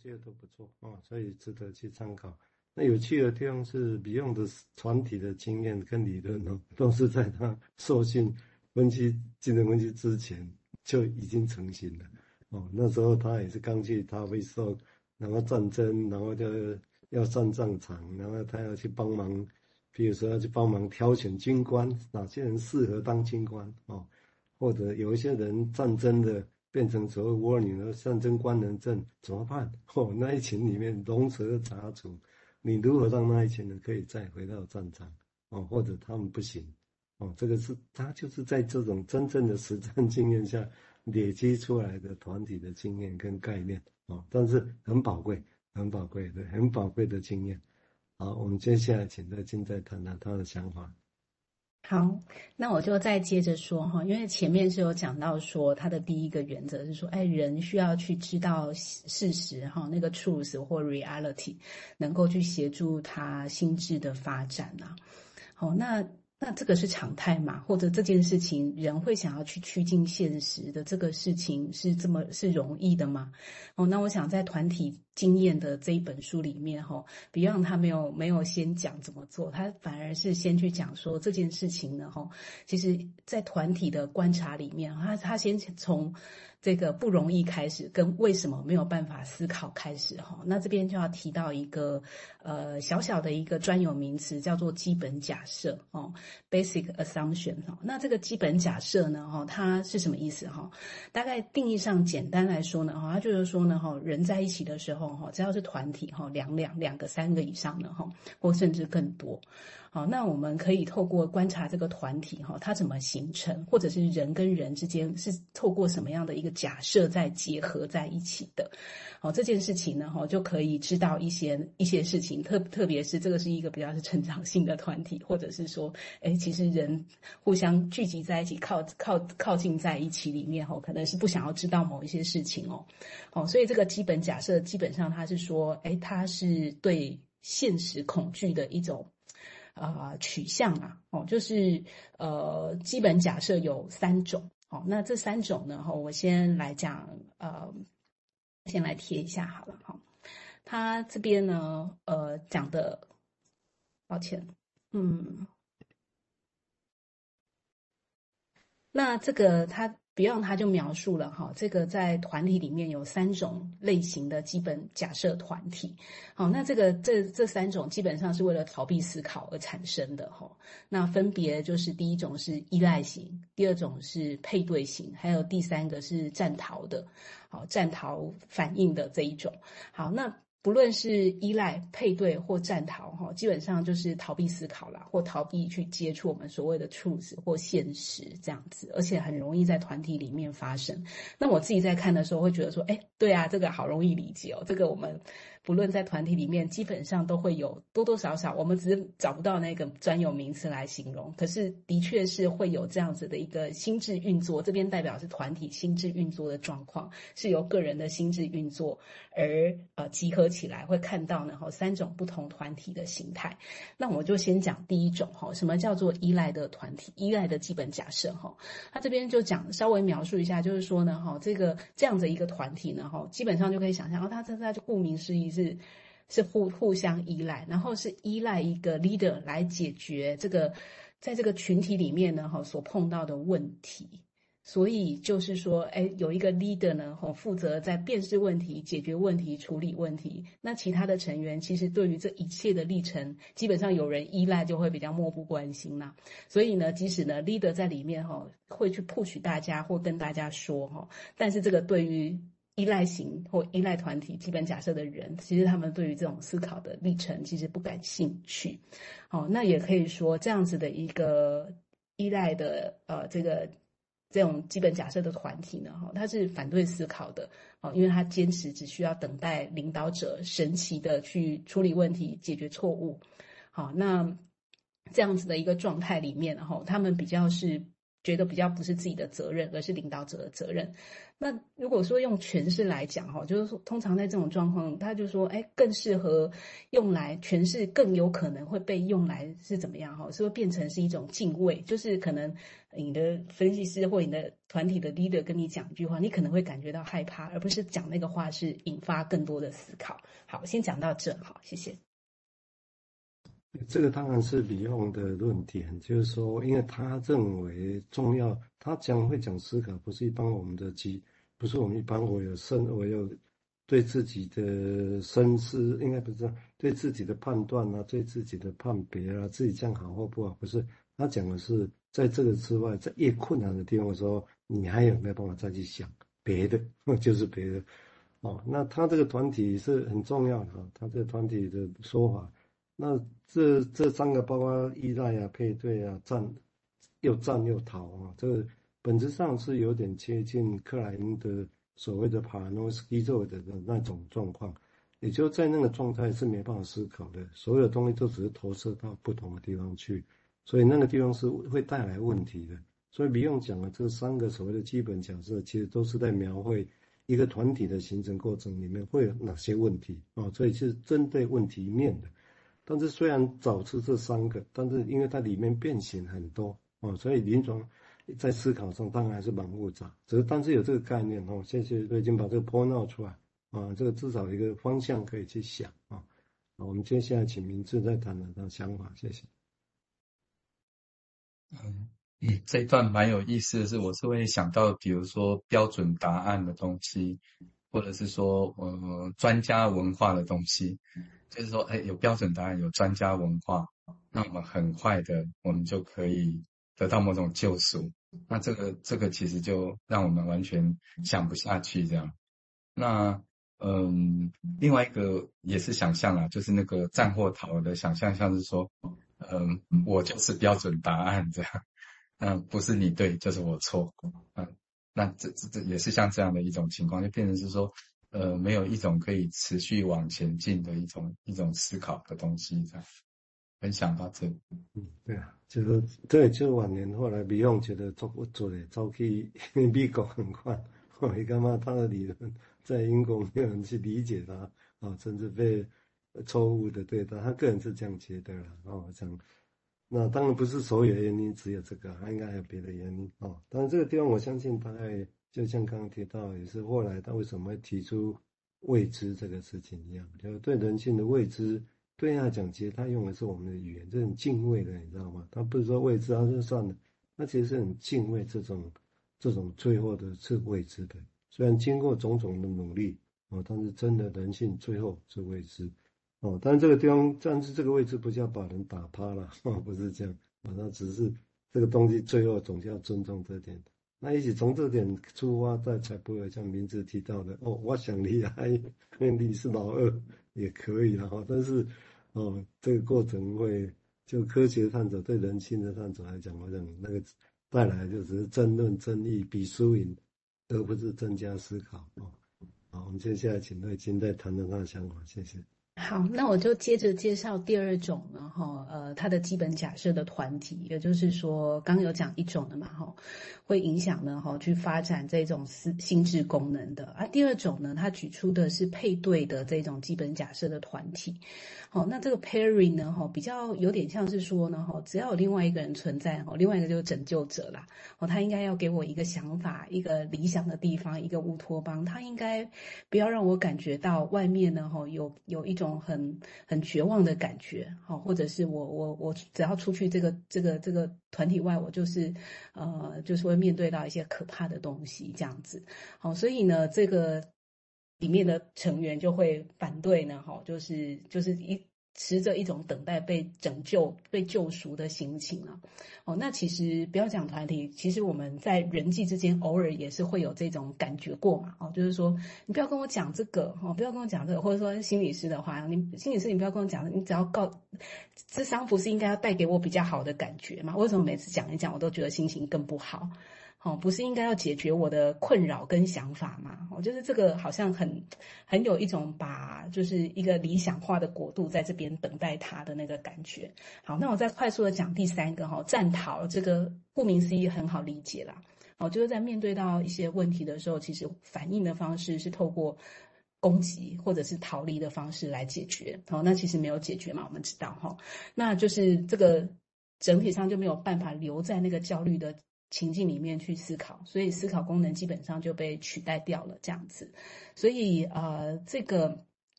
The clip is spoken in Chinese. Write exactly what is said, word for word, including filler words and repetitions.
觉得都不错啊、哦，所以值得去参考。那有趣的地方是 Beyond 的团体的经验跟理论哦，都是在他受训分析技能分析之前就已经成型了哦。那时候他也是刚去他会受，然后战争，然后就要上战场，然后他要去帮忙，比如说要去帮忙挑选军官，哪些人适合当军官哦，或者有一些人战争的变成所谓倭女的战争官能症怎么办？哦，那一群里面龙蛇杂处，你如何让那一群人可以再回到战场？哦，或者他们不行？哦，这个是他就是在这种真正的实战经验下累积出来的团体的经验跟概念哦，但是很宝贵，很宝贵的，很宝贵的经验。好，我们接下来请乐金再谈谈他的想法。 好，那我就再接着说哈，因为前面是有讲到说，他的第一个原则是说，哎，人需要去知道事实哈，那个 truth 或 reality， 能够去协助他心智的发展啊。好，那那这个是常态嘛？或者这件事情人会想要去趋近现实的这个事情是这么是容易的吗？哦，那我想在团体经验的这一本书里面哈 ，Beyond 他没有没有先讲怎么做，他反而是先去讲说这件事情呢哈，其实在团体的观察里面，他他先从这个不容易开始，跟为什么没有办法思考开始哈。那这边就要提到一个呃小小的一个专有名词，叫做基本假设哦 ，basic assumption 哈。那这个基本假设呢哈，它是什么意思哈？大概定义上简单来说呢哈，它就是说呢哈，人在一起的时候哈，只要是团体哈，两两两个三个以上的哈，或甚至更多。好，那我们可以透过观察这个团体哈，它怎么形成，或者是人跟人之间是透过什么样的一个假设在结合在一起的。好，这件事情呢哈，就可以知道一些一些事情，特特别是这个是一个比较是成长性的团体，或者是说，哎，其实人互相聚集在一起，靠靠靠近在一起里面哈，可能是不想要知道某一些事情哦。哦，所以这个基本假设基本上它是说，哎，它是对现实恐惧的一种。呃，取向啊，哦，就是呃，基本假设有三种，哦，那这三种呢，哈、哦，我先来讲，呃，先来贴一下好了，哈、哦，他这边呢，呃，讲的，抱歉，嗯，那这个他 Beyond 他就描述了哈，这个在团体里面有三种类型的基本假设团体。好，那这个这这三种基本上是为了逃避思考而产生的哈。那分别就是第一种是依赖型，第二种是配对型，还有第三个是战逃的，好，战逃反应的这一种。好，那不论是依赖、配对或战逃，哈，基本上就是逃避思考啦，或逃避去接触我们所谓的 truth 或现实这样子，而且很容易在团体里面发生。那我自己在看的时候会觉得说，哎，对啊，这个好容易理解哦，这个我们不论在团体里面，基本上都会有多多少少，我们只是找不到那个专有名词来形容，可是的确是会有这样子的一个心智运作，这边代表是团体心智运作的状况，是由个人的心智运作而呃集合起来，会看到呢哈三种不同团体的形态。那我就先讲第一种哈，什么叫做依赖的团体，依赖的基本假设哈。他这边就讲稍微描述一下，就是说呢哈，这个这样的一个团体呢哈，基本上就可以想象，哦，他这他就顾名思义是是互互相依赖，然后是依赖一个 leader 来解决这个在这个群体里面呢哈所碰到的问题。所以就是说，哎，有一个 leader 呢，吼，负责在辨识问题、解决问题、处理问题。那其他的成员其实对于这一切的历程，基本上有人依赖就会比较漠不关心啦。所以呢，即使呢 leader 在里面哈，会去 push 大家或跟大家说哈，但是这个对于依赖型或依赖团体基本假设的人，其实他们对于这种思考的历程其实不感兴趣。哦，那也可以说这样子的一个依赖的呃这个。这种基本假设的团体呢，哈，它是反对思考的，哦，因为他坚持只需要等待领导者神奇的去处理问题、解决错误，好，那这样子的一个状态里面，哈，他们比较是觉得比较不是自己的责任，而是领导者的责任。那如果说用诠释来讲哈，就是说通常在这种状况，他就说，哎，更适合用来诠释，更有可能会被用来是怎么样哈？是会变成是一种敬畏，就是可能你的分析师或你的团体的 leader 跟你讲一句话，你可能会感觉到害怕，而不是讲那个话是引发更多的思考。好，先讲到这，好，谢谢。 这个当然是李用的论点，就是说，因为他认为重要，他讲会讲思考，不是一般我们的基，不是我们一般我有深，我有对自己的深思，应该不是对自己的判断啊，对自己的判别啊，自己这样好或不好，不是，他讲的是在这个之外，在越困难的地方的时候，你还有没有办法再去想别的，就是别的，哦，那他这个团体是很重要的，他这个团体的说法。那这这三个包括依赖啊、配对啊、战又战又逃啊，这个本质上是有点接近克莱因的所谓的帕拉诺斯基作的那种状况，也就在那个状态是没办法思考的，所有东西都只是投射到不同的地方去，所以那个地方是会带来问题的。所以不用讲了，这三个所谓的基本假设，其实都是在描绘一个团体的形成过程里面会有哪些问题啊，所以是针对问题面的。但是虽然找出这三个，但是因为它里面变形很多哦，所以临床在思考上当然还是蛮复杂。只是但是有这个概念哦，谢谢都已经把这个 point out 出来啊，这个至少一个方向可以去想啊。好，我们接下来请明志再谈谈他的想法，谢谢。 嗯嗯，这一段蛮有意思的是，我是会想到，比如说标准答案的东西，或者是说呃专家文化的东西。就是说，哎，有标准答案，有专家文化，那我们很快的，我们就可以得到某种救赎。那这个这个其实就让我们完全想不下去这样。那嗯，另外一个也是想象啦，就是那个战或逃的想象，像是说，嗯，我就是标准答案这样，嗯，不是你对，就是我错，嗯，那这这这也是像这样的一种情况，就变成是说。呃，没有一种可以持续往前进的一种一种思考的东西，这样分享到这里。 嗯，对啊，就是对，就是晚年后来，比用觉得做不做的，早去美国很快，我也干嘛他的理论在英国没有人去理解他啊，甚至被错误的对待，他个人是这样觉得了哦，这样。那当然不是所有的原因只有这个，还应该还有别的原因哦。但是这个地方我相信大概就像刚刚提到，也是后来他为什么会提出未知这个事情一样，就是对人性的未知，对他讲，其实他用的是我们的语言，这很敬畏的，你知道吗？他不是说未知，他就算了，他其实是很敬畏这种这种最后的是未知的。虽然经过种种的努力哦，但是真的人性最后是未知。哦，但是这个地方，但是这个位置不叫把人打趴了，哦，不是这样，啊，那只是这个东西最后总是要尊重这点。那也许从这点出发，再才不会像名字提到的，哦，我想厉害，因为你是老二也可以了哈。但是，哦，这个过程会就科学探索对人性的探索来讲，我想那个带来就只是争论、争议、比输赢，而不是增加思考。哦，好，我们接下来请瑞金再谈谈他的想法，谢谢。 好，那我就接着介绍第二种呢，哈，呃，它的基本假设的团体，也就是说，刚有讲一种的嘛，哈，会影响呢，哈，去发展这种思心智功能的。啊，第二种呢，它举出的是配对的这种基本假设的团体。好，那这个 pairing 呢，哈，比较有点像是说呢，哈，只要有另外一个人存在，哈，另外一个就是拯救者啦，哦，他应该要给我一个想法，一个理想的地方，一个乌托邦，他应该不要让我感觉到外面呢，哈，有有一种很很绝望的感觉，好，或者是我我我只要出去这个这个这个团体外，我就是呃就是会面对到一些可怕的东西这样子，好，所以呢，这个里面的成员就会反对呢，哈，就是就是一持着一种等待被拯救、被救赎的心情啊。哦，那其实不要讲团体，其实我们在人际之间偶尔也是会有这种感觉过嘛。哦，就是说你不要跟我讲这个，哦，不要跟我讲这个，或者说心理师的话，你心理师你不要跟我讲，你只要告諮商不是应该要带给我比较好的感觉吗？为什么每次讲一讲我都觉得心情更不好？哦，不是应该要解决我的困扰跟想法吗？哦，就是这个好像很很有一种把法，就是一个理想化的国度在这边等待他的那个感觉。好，那我再快速的讲第三个哈，战逃，这个顾名思义很好理解啦。哦，就是在面对到一些问题的时候，其实反应的方式是透过攻击或者是逃离的方式来解决。好，那其实没有解决嘛，我们知道哈，那就是这个整体上就没有办法留在那个焦虑的情境里面去思考，所以思考功能基本上就被取代掉了这样子。所以呃，这个